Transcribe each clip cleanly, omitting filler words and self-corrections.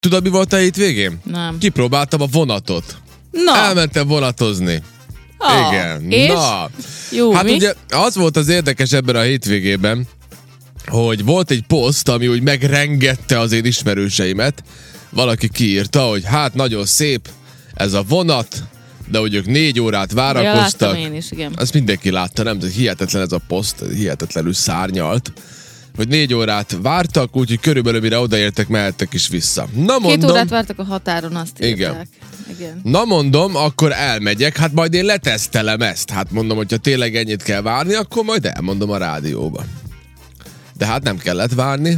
Tudod, mi volt a hétvégén? Nem. Kipróbáltam a vonatot. Na. Elmentem vonatozni. Igen. És? Na. Jó, hát mi? ugye az volt az érdekes ebben a hétvégében, hogy volt egy poszt, ami úgy megrengette az én ismerőseimet. Valaki kiírta, hogy hát nagyon szép ez a vonat, de hogy ők 4 órát várakoztak. Ja, láttam én is, igen. Azt mindenki látta, nem? Hihetetlen ez a poszt, hihetetlenül szárnyalt. Hogy 4 órát vártak, úgyhogy körülbelül mire odaértek, mehettek is vissza. Na mondom, 2 órát vártak a határon, azt írták. Igen. Na mondom, akkor elmegyek, hát majd én letesztelem ezt. Hát mondom, hogyha tényleg ennyit kell várni, akkor majd elmondom a rádióba. De hát nem kellett várni.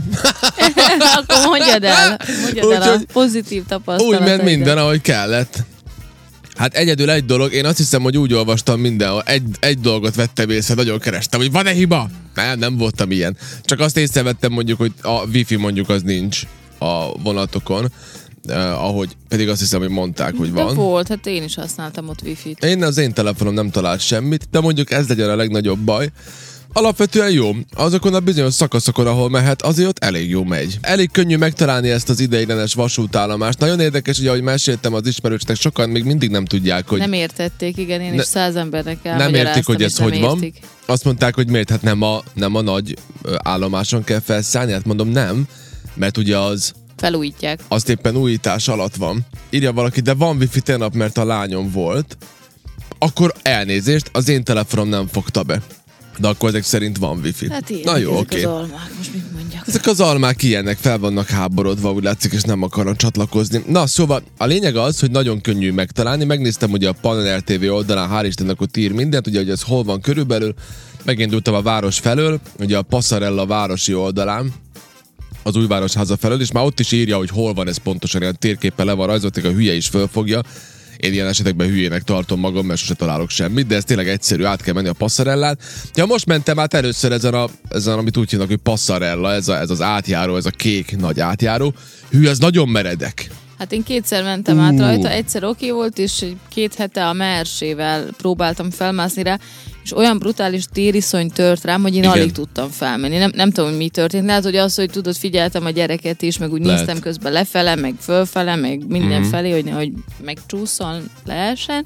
Akkor mondjad el a pozitív tapasztalatot. Úgy ment minden, ahogy kellett. Hát egyedül egy dolog, én azt hiszem, hogy úgy olvastam mindenhol, egy dolgot vettem észre, nagyon kerestem, hogy van-e hiba? Nem voltam ilyen. Csak azt észrevettem mondjuk, hogy a wifi mondjuk az nincs a vonatokon, ahogy pedig azt hiszem, hogy mondták, hogy van. De volt, hát én is használtam ott wifi-t. Az én telefonom nem talált semmit, de mondjuk ez legyen a legnagyobb baj. Alapvetően jó. Azokon a bizonyos szakaszokon, ahol mehet, azért ott elég jó megy. Elég könnyű megtalálni ezt az ideiglenes vasútállomást. Nagyon érdekes, hogy ahogy meséltem az ismerősnek, sokan még mindig nem tudják, hogy... Nem értették, igen, én is 100 embernek Nem értik, hogy ez hogy van. Értik. Azt mondták, hogy miért, hát nem a nagy állomáson kell felszállni, hát mondom nem, mert ugye az... Felújítják. Azt éppen újítás alatt van. Írja valaki, de van wifi tegnap, mert a lányom volt. Akkor elnézést, az én telefonom nem fogta be. De akkor ezek szerint van wifi. Hát ilyen, na jó, ezek oké. az almák, most mit mondjak? Ezek az almák ilyenek, fel vannak háborodva, úgy látszik, és nem akarnak csatlakozni. Na, szóval a lényeg az, hogy nagyon könnyű megtalálni. Megnéztem ugye a Panel TV oldalán, hál' Istennek ott ír mindent, ugye, hogy ez hol van körülbelül. Megindultam a város felől, ugye a Passarella városi oldalán, az Újvárosháza felől, és már ott is írja, hogy hol van ez pontosan, ilyen térképpel le van rajzoltak, a hülye is fölfogja. Én ilyen esetekben hülyének tartom magam, mert sose találok semmit, de ez tényleg egyszerű, át kell menni a Passarellán. Ja, most mentem át először ezen amit úgy hívnak, hogy Passarella, ez az átjáró, ez a kék nagy átjáró. Hű, ez nagyon meredek. Hát én 2-szer mentem át rajta, egyszer oké volt, és 2 hete a Mersével próbáltam felmászni rá, és olyan brutális tériszony tört rám, hogy én alig tudtam felmenni. Nem tudom, hogy mi történt. Lehet, hogy az, hogy tudod, figyeltem a gyereket is, meg úgy néztem közben lefele, meg fölfele, meg mindenfelé, hogy nehogy megcsúszol lehessen.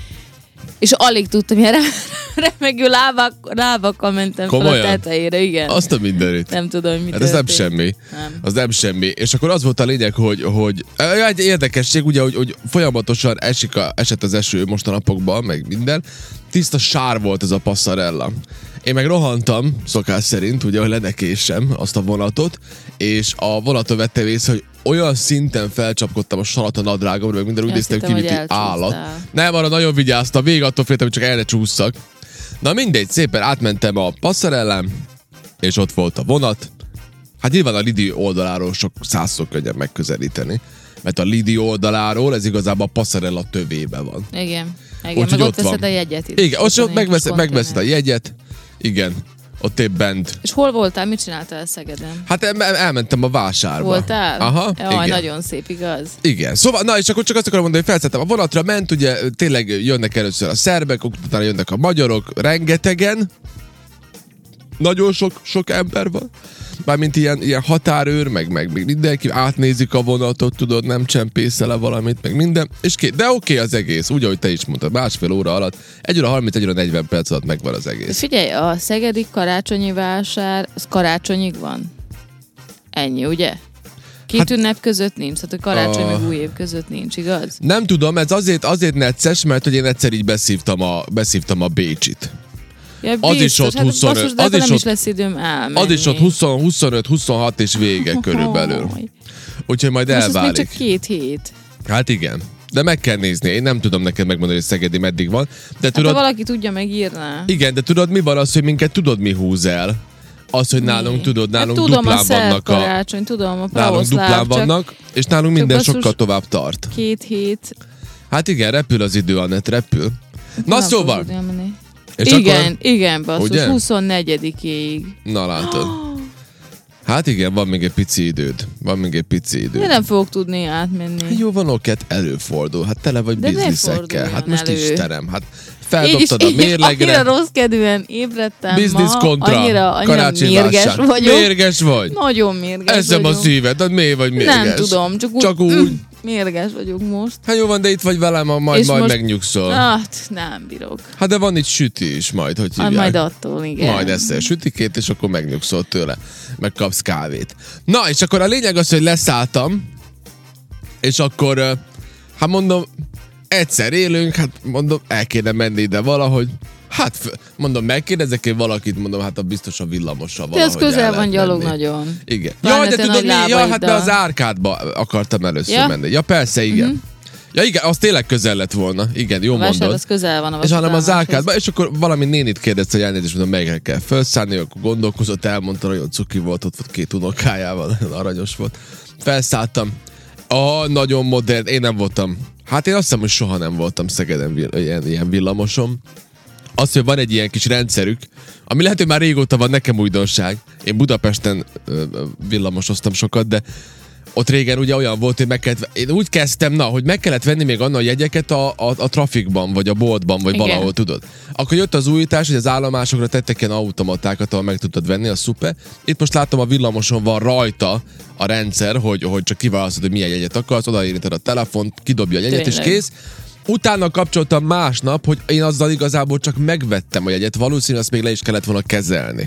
És alig tudtam, ilyen remegő lábakkal mentem fel a tetejére, igen. Azt a mindenit. Nem tudom, hogy mi történt. Ez nem semmi. Nem. Az nem semmi. És akkor az volt a lényeg, hogy egy érdekesség, ugye, hogy folyamatosan esett az eső most a napokban, meg minden. Tiszta sár volt ez a Passarella. Én meg rohantam, szokás szerint, ugye, hogy lenekésem azt a vonatot, és a vonaton vettem észre, hogy olyan szinten felcsapkodtam a salata nadrágomra, meg minden úgy néztem ki, mint egy állat. Nem, arra nagyon vigyáztam, végig attól féltem, hogy csak el ne csússzak. Na mindegy, szépen átmentem a Passarellán, és ott volt a vonat. Hát nyilván a Lidi oldaláról sok százszor könnyebb megközelíteni, mert a Lidi oldaláról ez igazából a Passarella tövében van. Igen, meg ott veszed a jegyet itt. Igen, ott megveszed a jegyet, igen. Ott épp bent. És hol voltál? Mit csináltál Szegeden? Hát elmentem a vásárba. Voltál? Aha, jaj, igen. Nagyon szép, igaz? Igen. Szóval, na és akkor csak azt akarom mondani, hogy felszálltam a vonatra, ment, ugye tényleg jönnek először a szerbek, utána jönnek a magyarok, rengetegen. Nagyon sok ember van. Mármint ilyen határőr, meg mindenki átnézik a vonatot, tudod, nem csempészel-e valamit, meg minden. És de oké az egész, úgy, ahogy te is mondtad, 1,5 óra alatt, 1 óra 30, 1 óra 40 perc alatt megvan az egész. Figyelj, a szegedi karácsonyi vásár, az karácsonyig van? Ennyi, ugye? Két ünnep között nincs, tehát a karácsony meg új év között nincs, igaz? Nem tudom, ez azért necces, mert hogy én egyszer így beszívtam a Bécsit. Ja, az is ott 25, az nem is lesz időm elmenni. Az is ott 25-26 és vége körülbelül. Úgyhogy majd elválik. Most ez még csak 2 hét. Hát igen. De meg kell nézni. Én nem tudom neked megmondani, hogy Szegedi meddig van. De hát tudod, ha valaki tudja, megírná. Igen, de tudod mi van az, hogy minket tudod mi húz el? Az, hogy nálunk duplán vannak karácsony, tudom, a nálunk duplán vannak, és nálunk minden sokkal tovább tart. 2 hét. Hát igen, repül az idő, Anett, repül. Na szóval. Igen, basszus, 24-ig. Na látod. Hát igen, van még egy pici időd. De nem fogok tudni átmenni. Jó, van okét, előfordul. Hát tele vagy bizniszekkel. Hát most Istenem, hát feldobtad a mérlegre. Annyira rossz kedvűen ébredtem Business ma, kontra. annyira Karácsonyi mérges vásár. vagyok. Mérges vagy? Nagyon mérges Eszem vagyok. a szíved, tehát miért vagy mérges? Nem tudom, csak úgy. Mérges vagyok most. Hát jó van, de itt vagy velem, majd most... megnyugszol. Hát, nem bírok. Hát de van itt süti is majd, hogy hívják. Majd attól, igen. Majd eszel sütikét, és akkor megnyugszol tőle. Meg kapsz kávét. Na, és akkor a lényeg az, hogy leszálltam, és akkor, hát mondom, egyszer élünk, hát mondom, el kéne menni ide valahogy. Hát, mondom, megkérdezek én valakit, mondom, hát biztos a villamossal valahogy. De ez közel van gyalog nagyon. Igen. Jaj, de tudod mi? Ja, hát be az árkádba akartam először menni. Ja, persze, igen. Mm-hmm. Ja igen, az tényleg közel lett volna. Igen, jó mondod. Az közel van a és hanem az árkádba, és akkor valami nénit kérdezte, hogy elnézést, mondom, melyikre kell felszállni, akkor gondolkozott, elmondta, nagyon cuki volt, ott volt 2 unokájával, nagyon aranyos volt. Felszálltam. Nagyon modern, én nem voltam. Hát én azt hiszem, hogy soha nem voltam Szegeden ilyen villamosom. Az, hogy van egy ilyen kis rendszerük, ami lehet, hogy már régóta van, nekem újdonság. Én Budapesten villamosoztam sokat, de ott régen ugye olyan volt, hogy én úgy kezdtem, hogy meg kellett venni még annak a jegyeket a trafikban, vagy a boltban, vagy igen. Valahol, tudod. Akkor jött az újítás, hogy az állomásokra tettek ilyen automatákat, ahol meg tudtad venni, az szuper. Itt most látom, a villamoson van rajta a rendszer, hogy csak kiválasztod, hogy milyen jegyet akarsz, odaérinted a telefont, kidobja a jegyet, és kész. Utána kapcsoltam másnap, hogy én azzal igazából csak megvettem a jegyet, valószínűleg azt még le is kellett volna kezelni.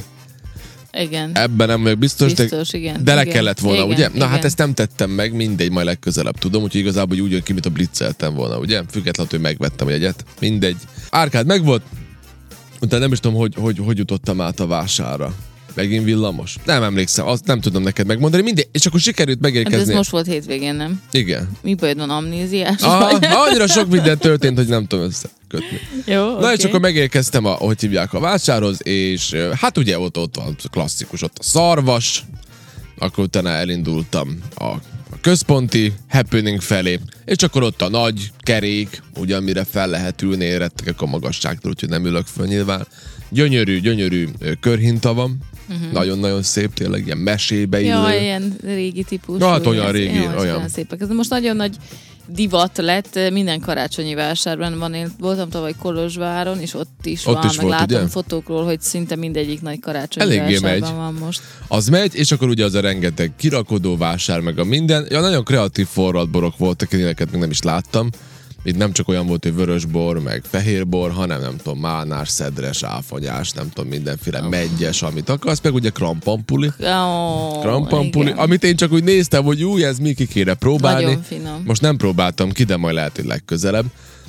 Igen. Ebben nem vagyok biztos, igen. De le kellett volna, igen, ugye? Na igen. Hát ezt nem tettem meg, mindegy, majd legközelebb tudom, úgyhogy igazából úgy jön ki, mint a blitzeltem volna, ugye? Függetlenül, hogy megvettem a jegyet, mindegy. Árkád megvolt, utána nem is tudom, hogy jutottam át a vásárra. Megint villamos? Nem emlékszem, azt nem tudom neked megmondani, mindegy, és akkor sikerült megérkezni. Hát ez most volt hétvégén, nem? Igen. Mi bajod van, amnéziás? Annyira sok minden történt, hogy nem tudom összekötni. Jó, na és akkor megérkeztem hogy hívják a vásárhoz, és hát ugye ott van klasszikus, ott a szarvas, akkor utána elindultam a központi happening felé, és akkor ott a nagy kerék, ugye amire fel lehet ülni, én rettegek a magasságtól, úgyhogy nem ülök föl nyilván. Gyönyörű körhinta van. Nagyon-nagyon szép, tényleg ilyen mesébe illő. Ja, ilyen régi típusú. Hát olyan régi, olyan. Szépek. Ez most nagyon nagy divat lett minden karácsonyi vásárban. Én voltam tavaly Kolozsváron, és ott is van, meg volt, látom ugye? Fotókról, hogy szinte mindegyik nagy karácsonyi eléggé vásárban megy. van most. Az megy, és akkor ugye az a rengeteg kirakodó vásár, meg a minden. Ja, nagyon kreatív forradborok voltak, ilyeneket még nem is láttam. Itt nem csak olyan volt, hogy vörösbor, meg fehérbor, hanem nem tudom, málnás, szedres, áfonyás, nem tudom, mindenféle meggyes, amit akarsz, meg ugye krampanpuli. Krampanpuli, amit én csak úgy néztem, hogy ez mi, ki kéne próbálni. Nagyon finom. Most nem próbáltam ki, de majd lehet, hogy legközelebb.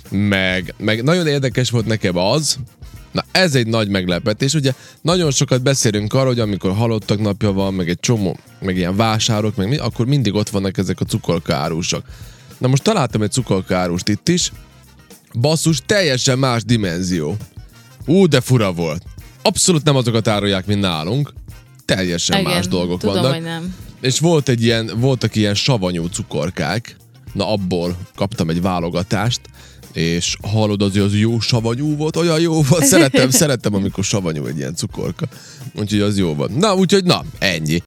Meg nagyon érdekes volt nekem az, na ez egy nagy meglepetés, ugye nagyon sokat beszélünk arról, hogy amikor halottak napja van, meg egy csomó, meg ilyen vásárok, meg mi, akkor mindig ott vannak ezek a cukorkárusok. Na most találtam egy cukorkárust itt is, basszus, teljesen más dimenzió. De fura volt. Abszolút nem azokat árulják, mint nálunk. Teljesen igen, más dolgok tudom, vannak. Hogy nem. És voltak ilyen savanyú cukorkák. Na abból kaptam egy válogatást, és hallod, az jó savanyú volt, olyan jó volt. Szeretem, amikor savanyú egy ilyen cukorka. Úgyhogy az jó volt. Na, ennyi.